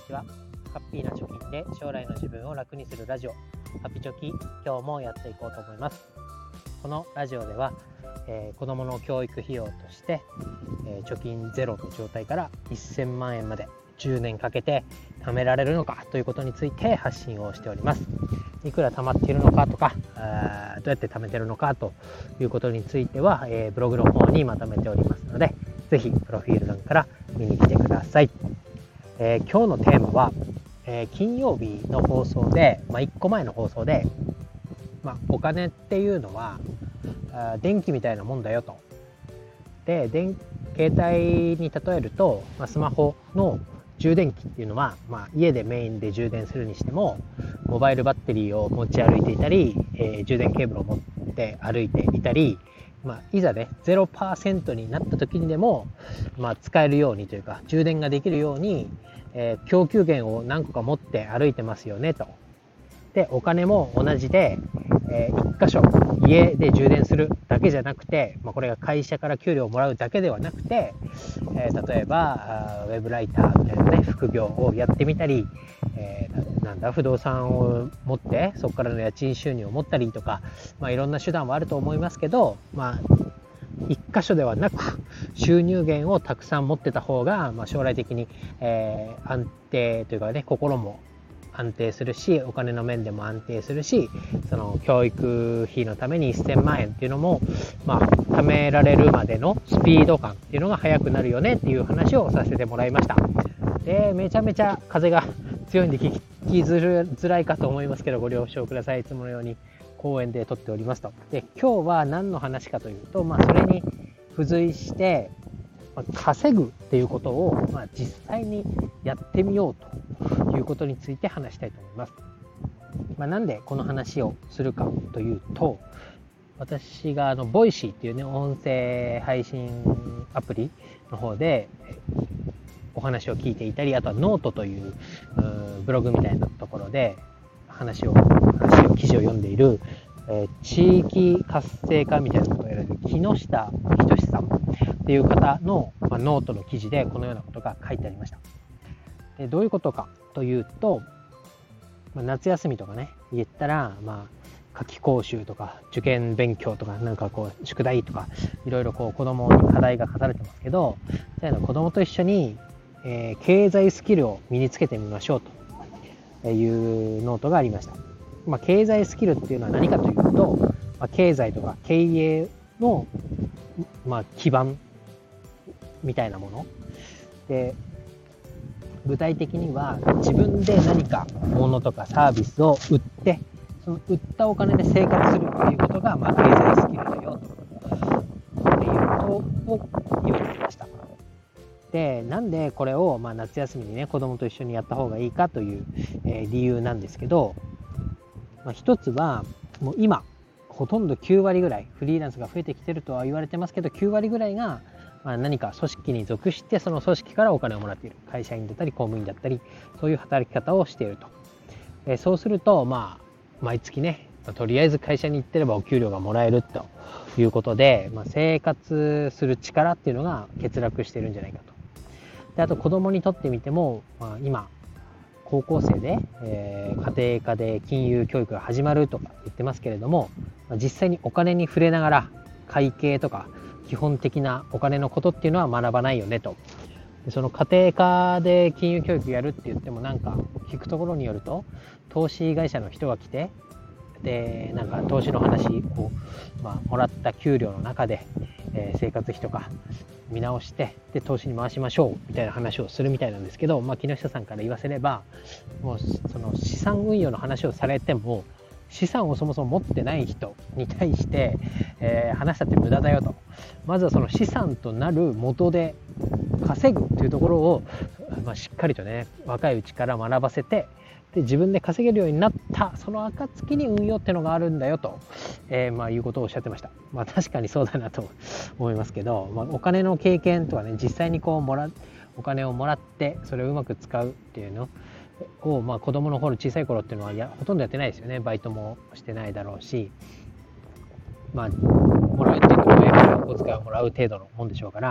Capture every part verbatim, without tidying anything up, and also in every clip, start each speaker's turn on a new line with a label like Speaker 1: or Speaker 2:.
Speaker 1: ちは。ハッピーな貯金で将来の自分を楽にするラジオ、ハピチョキ、今日もやっていこうと思います。このラジオでは、えー、子どもの教育費用として、えー、貯金ゼロの状態からせんまんえんまでじゅうねんかけて貯められるのかということについて発信をしております。いくら貯まっているのかとか、あどうやって貯めているのかということについては、えー、ブログの方にまとめておりますので、ぜひプロフィール欄から見に来てください。えー、今日のテーマは、えー、金曜日の放送で、まあ、いっこまえの放送で、まあ、お金っていうのはあ電気みたいなもんだよと。で、電携帯に例えると、まあ、スマホの充電器っていうのは、まあ、家でメインで充電するにしてもモバイルバッテリーを持ち歩いていたり、えー、充電ケーブルを持って歩いていたり、まあ、いざね ゼロパーセント になった時にでも、まあ、使えるようにというか充電ができるように、えー、供給源を何個か持って歩いてますよねと。で、お金も同じで、えー、いっ箇所家で充電するだけじゃなくて、まあ、これが会社から給料をもらうだけではなくて、えー、例えばウェブライターみたいなね副業をやってみたり、えー、なんだ不動産を持ってそこからの家賃収入を持ったりとか、まあ、いろんな手段はあると思いますけど、まあ一箇所ではなく収入源をたくさん持ってた方が、まあ、将来的に、えー、安定というかね心も安定するし、お金の面でも安定するし、その教育費のためにせんまんえんっていうのも、まあ、貯められるまでのスピード感っていうのが速くなるよねっていう話をさせてもらいました。で、めちゃめちゃ風が強いんで聞きづらいかと思いますけど、ご了承ください。いつものように公園で撮っておりますと。で、今日は何の話かというと、まあ、それに付随して、稼ぐっていうことを、まあ、実際にやってみようということについて話したいと思います。まあ、なんでこの話をするかというと、私があのボイシーっていうね音声配信アプリの方でお話を聞いていたり、あとはノートというブログみたいなところで話を話を記事を読んでいる、えー、地域活性化みたいなことをやられる木下仁さんっていう方の、まあ、ノートの記事でこのようなことが書いてありました。で、どういうことかというと、まあ、夏休みとかね言ったら、まあ、夏期講習とか受験勉強とかなんかこう宿題とかいろいろこう子供に課題が課されてますけど、そういうの子供と一緒に、えー、経済スキルを身につけてみましょうというノートがありました。まあ、経済スキルっていうのは何かというと、まあ、経済とか経営の、まあ、基盤みたいなもので、具体的には自分で何か物とかサービスを売って、その売ったお金で生活するということが、まあ、経済スキルだよということを言われていました。で、なんでこれを、まあ、夏休みにね子供と一緒にやった方がいいかという、えー、理由なんですけど、まあ、一つはもう今ほとんどきゅうわりぐらいフリーランスが増えてきてるとは言われてますけど、きゅうわりぐらいがまあ何か組織に属して、その組織からお金をもらっている会社員だったり公務員だったり、そういう働き方をしていると。えー、そうすると、まあ毎月ねとりあえず会社に行ってればお給料がもらえるということで、まあ、生活する力っていうのが欠落しているんじゃないかと。で、あと子供にとってみても、まあ、今高校生で、えー、家庭科で金融教育が始まるとか言ってますけれども、まあ、実際にお金に触れながら会計とか基本的なお金のことっていうのは学ばないよねと。で、その家庭科で金融教育やるって言っても、なんか聞くところによると投資会社の人が来て、でなんか投資の話を、まあ、もらった給料の中で、えー、生活費とか見直してで投資に回しましょうみたいな話をするみたいなんですけど、まあ、木下さんから言わせれば、もうその資産運用の話をされても資産をそもそも持ってない人に対して、えー、話したって無駄だよと。まずはその資産となる元で稼ぐというところを、まあ、しっかりとね若いうちから学ばせて、で自分で稼げるようになったその暁に運用ってのがあるんだよと、えー、まあいうことをおっしゃってました。まあ確かにそうだなと思いますけど、まあ、お金の経験とかね実際にこうもらお金をもらってそれをうまく使うっていうのを、まあ、子供の頃小さい頃っていうのはやほとんどやってないですよね。バイトもしてないだろうし、まあもらうって言っても親からお小遣いをもらう程度のもんでしょうから、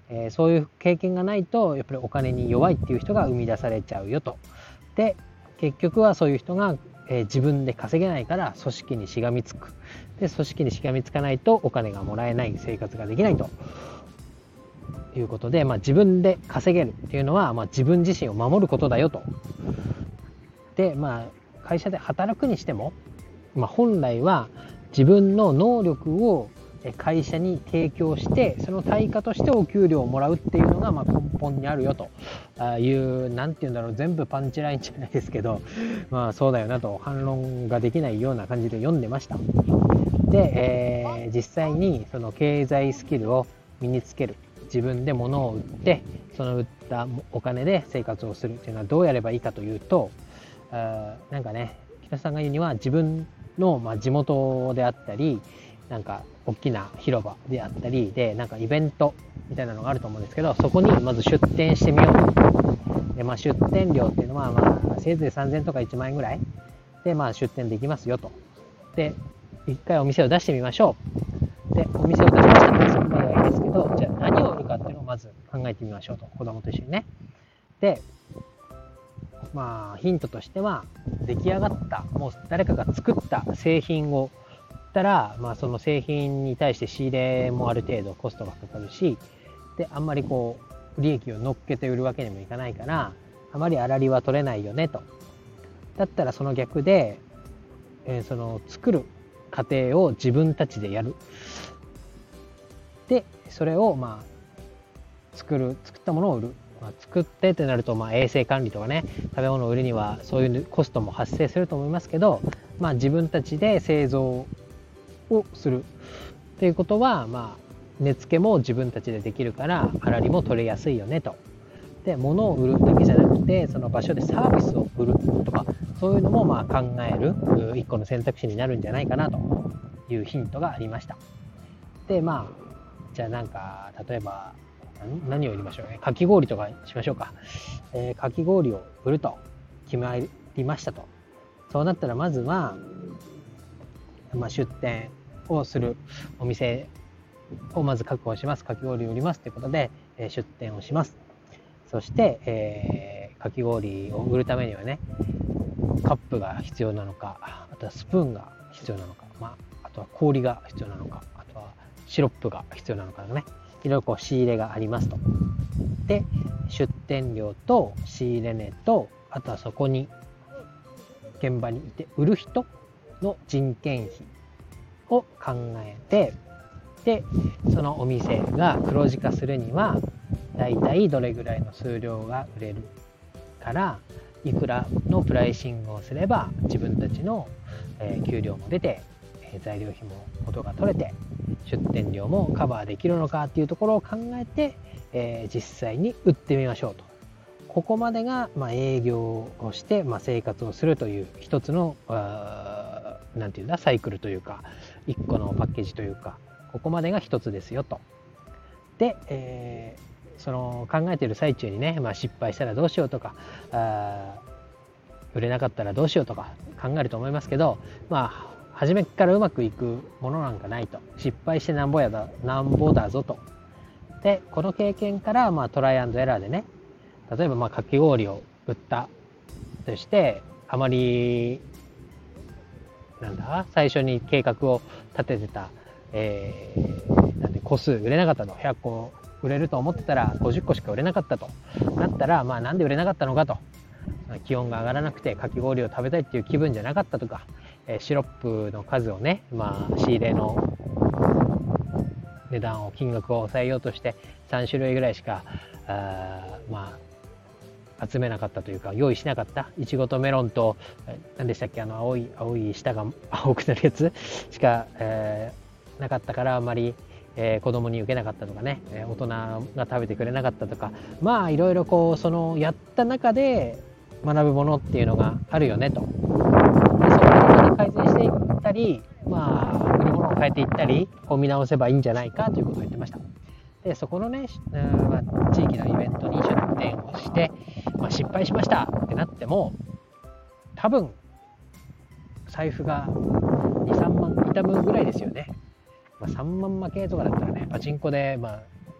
Speaker 1: えー、そういう経験がないとやっぱりお金に弱いっていう人が生み出されちゃうよと。で結局はそういう人が、えー、自分で稼げないから組織にしがみつく。で組織にしがみつかないとお金がもらえない、生活ができないということで、まあ、自分で稼げるっていうのは、まあ、自分自身を守ることだよと。でまあ会社で働くにしても、まあ、本来は自分の能力を会社に提供してその対価としてお給料をもらうっていうのがまあ根本にあるよというなんて言うんだろう、全部パンチラインじゃないですけど、まあそうだよなと反論ができないような感じで読んでました。で、えー、実際にその経済スキルを身につける、自分で物を売ってその売ったお金で生活をするっていうのはどうやればいいかというと、あなんかね、北さんが言うには自分のまあ地元であったり、なんか大きな広場であったりでなんかイベントみたいなのがあると思うんですけど、そこにまず出店してみようで、まあ、出店料っていうのはまあせいぜいさんぜんえんとかいちまん円ぐらいでまあ出店できますよと。で一回お店を出してみましょう。でお店を出しましたらそこまではいいですけど、じゃあ何を売るかっていうのをまず考えてみましょうと、子供と一緒にね。でまあヒントとしては出来上がったもう誰かが作った製品を売ったら、まあ、その製品に対して仕入れもある程度コストがかかるし、であんまりこう利益を乗っけて売るわけにもいかないからあまり粗利は取れないよねと。だったらその逆で、えー、その作る過程を自分たちでやる。でそれをまあ作る作ったものを売る。まあ、作ってってなると、まあ衛生管理とかね、食べ物を売るにはそういうコストも発生すると思いますけど、まあ自分たちで製造をするっていうことは、まあ値付けも自分たちでできるから粗利も取れやすいよねと。で物を売るだけじゃなくてその場所でサービスを売るとか、そういうのもまあ考える一個の選択肢になるんじゃないかなというヒントがありました。でまあじゃあなんか例えば何を売りましょうね。かき氷とかしましょうか。えー、かき氷を売ると決まりましたと。そうなったらまずは、まあ、出店をするお店をまず確保します。かき氷を売りますということで、えー、出店をします。そして、えー、かき氷を売るためにはね、カップが必要なのか、あとはスプーンが必要なのか、まあ、あとは氷が必要なのか、あとはシロップが必要なのかね、いろいろこう仕入れがありますと。で出店料と仕入れ値と、あとはそこに現場にいて売る人の人件費を考えて、でそのお店が黒字化するにはだいたいどれぐらいの数量が売れるから、いくらのプライシングをすれば自分たちの、えー、給料も出て、えー、材料費も元が取れて出店料もカバーできるのかっていうところを考えて、えー、実際に売ってみましょうと。ここまでが、まあ、営業をして、まあ、生活をするという一つのなんていうんだサイクルというか一個のパッケージというか、ここまでが一つですよと。で、えー、その考えている最中にね、まあ、失敗したらどうしようとかあ売れなかったらどうしようとか考えると思いますけど、まあ初めからうまくいくものなんかないと。失敗してなんぼやだなんぼだぞと。でこの経験から、まあ、トライアンドエラーでね、例えばまあかき氷を売ったとして、あまりなんだ最初に計画を立ててた、えー、なんで個数売れなかったと、ひゃっこ売れると思ってたらごじゅっこしか売れなかったとなったら、まあなんで売れなかったのかと。気温が上がらなくてかき氷を食べたいっていう気分じゃなかったとか、えー、シロップの数をね、まあ仕入れの値段を金額を抑えようとしてさんしゅるいぐらいしかあまあ集めなかったというか用意しなかった。いちごとメロンと何でしたっけ、あの青い青い舌が青くなるやつしか、えー、なかったからあまり、えー、子供に受けなかったとかね、えー、大人が食べてくれなかったとか、まあいろいろこうそのやった中で学ぶものっていうのがあるよねと。でそこを改善していったり、まあ売り物を変えていったりこう見直せばいいんじゃないかということを言ってました。でそこのね、まあ、地域のイベントに出店をして、まあ、失敗しましたってなっても多分財布がにさんまん痛むぐらいですよね。まあ、さんまん負けとかだったらね、パチンコでまあ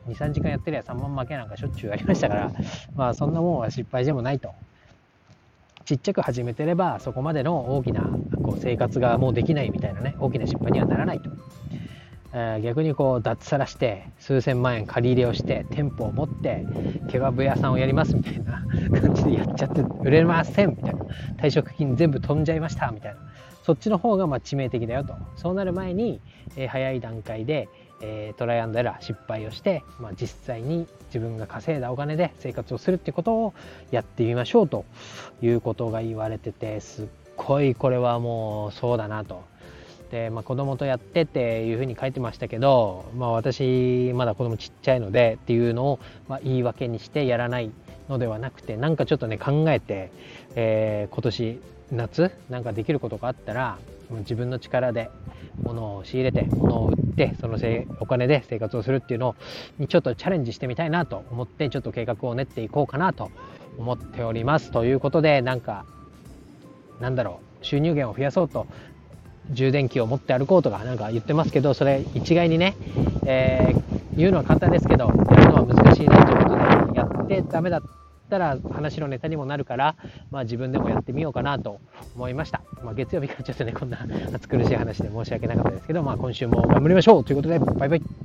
Speaker 1: にさんじかんやってりゃさんまん負けなんかしょっちゅうありましたから、まあそんなもんは失敗でもないと。ちっちゃく始めてればそこまでの大きなこう生活がもうできないみたいなね、大きな失敗にはならないと。えー、逆にこう脱サラして数千万円借り入れをして店舗を持ってケバブ屋さんをやりますみたいな感じでやっちゃって売れませんみたいな、退職金全部飛んじゃいましたみたいな、そっちの方がまあ致命的だよと。そうなる前に、えー、早い段階で、えー、トライアンドエラー失敗をして、まあ、実際に自分が稼いだお金で生活をするってことをやってみましょうということが言われてて、すっごいこれはもうそうだなと。で、まあ、子供とやってっていうふうに書いてましたけど、まあ、私まだ子供ちっちゃいのでっていうのを、まあ、言い訳にしてやらないのではなくて、なんかちょっとね考えて、えー、今年夏なんかできることがあったら自分の力で物を仕入れて物を売ってそのせお金で生活をするっていうのにちょっとチャレンジしてみたいなと思って、ちょっと計画を練っていこうかなと思っております。ということで、なんかなんだろう、収入源を増やそうと充電器を持って歩こうとかなんか言ってますけど、それ一概にね、えー、言うのは簡単ですけどやるのは難しいなということで、やってダメだったら話のネタにもなるから、まあ、自分でもやってみようかなと思いました。まあ、月曜日からちょっとねこんな暑苦しい話で申し訳なかったですけど、まあ、今週も頑張りましょうということで、バイバイ。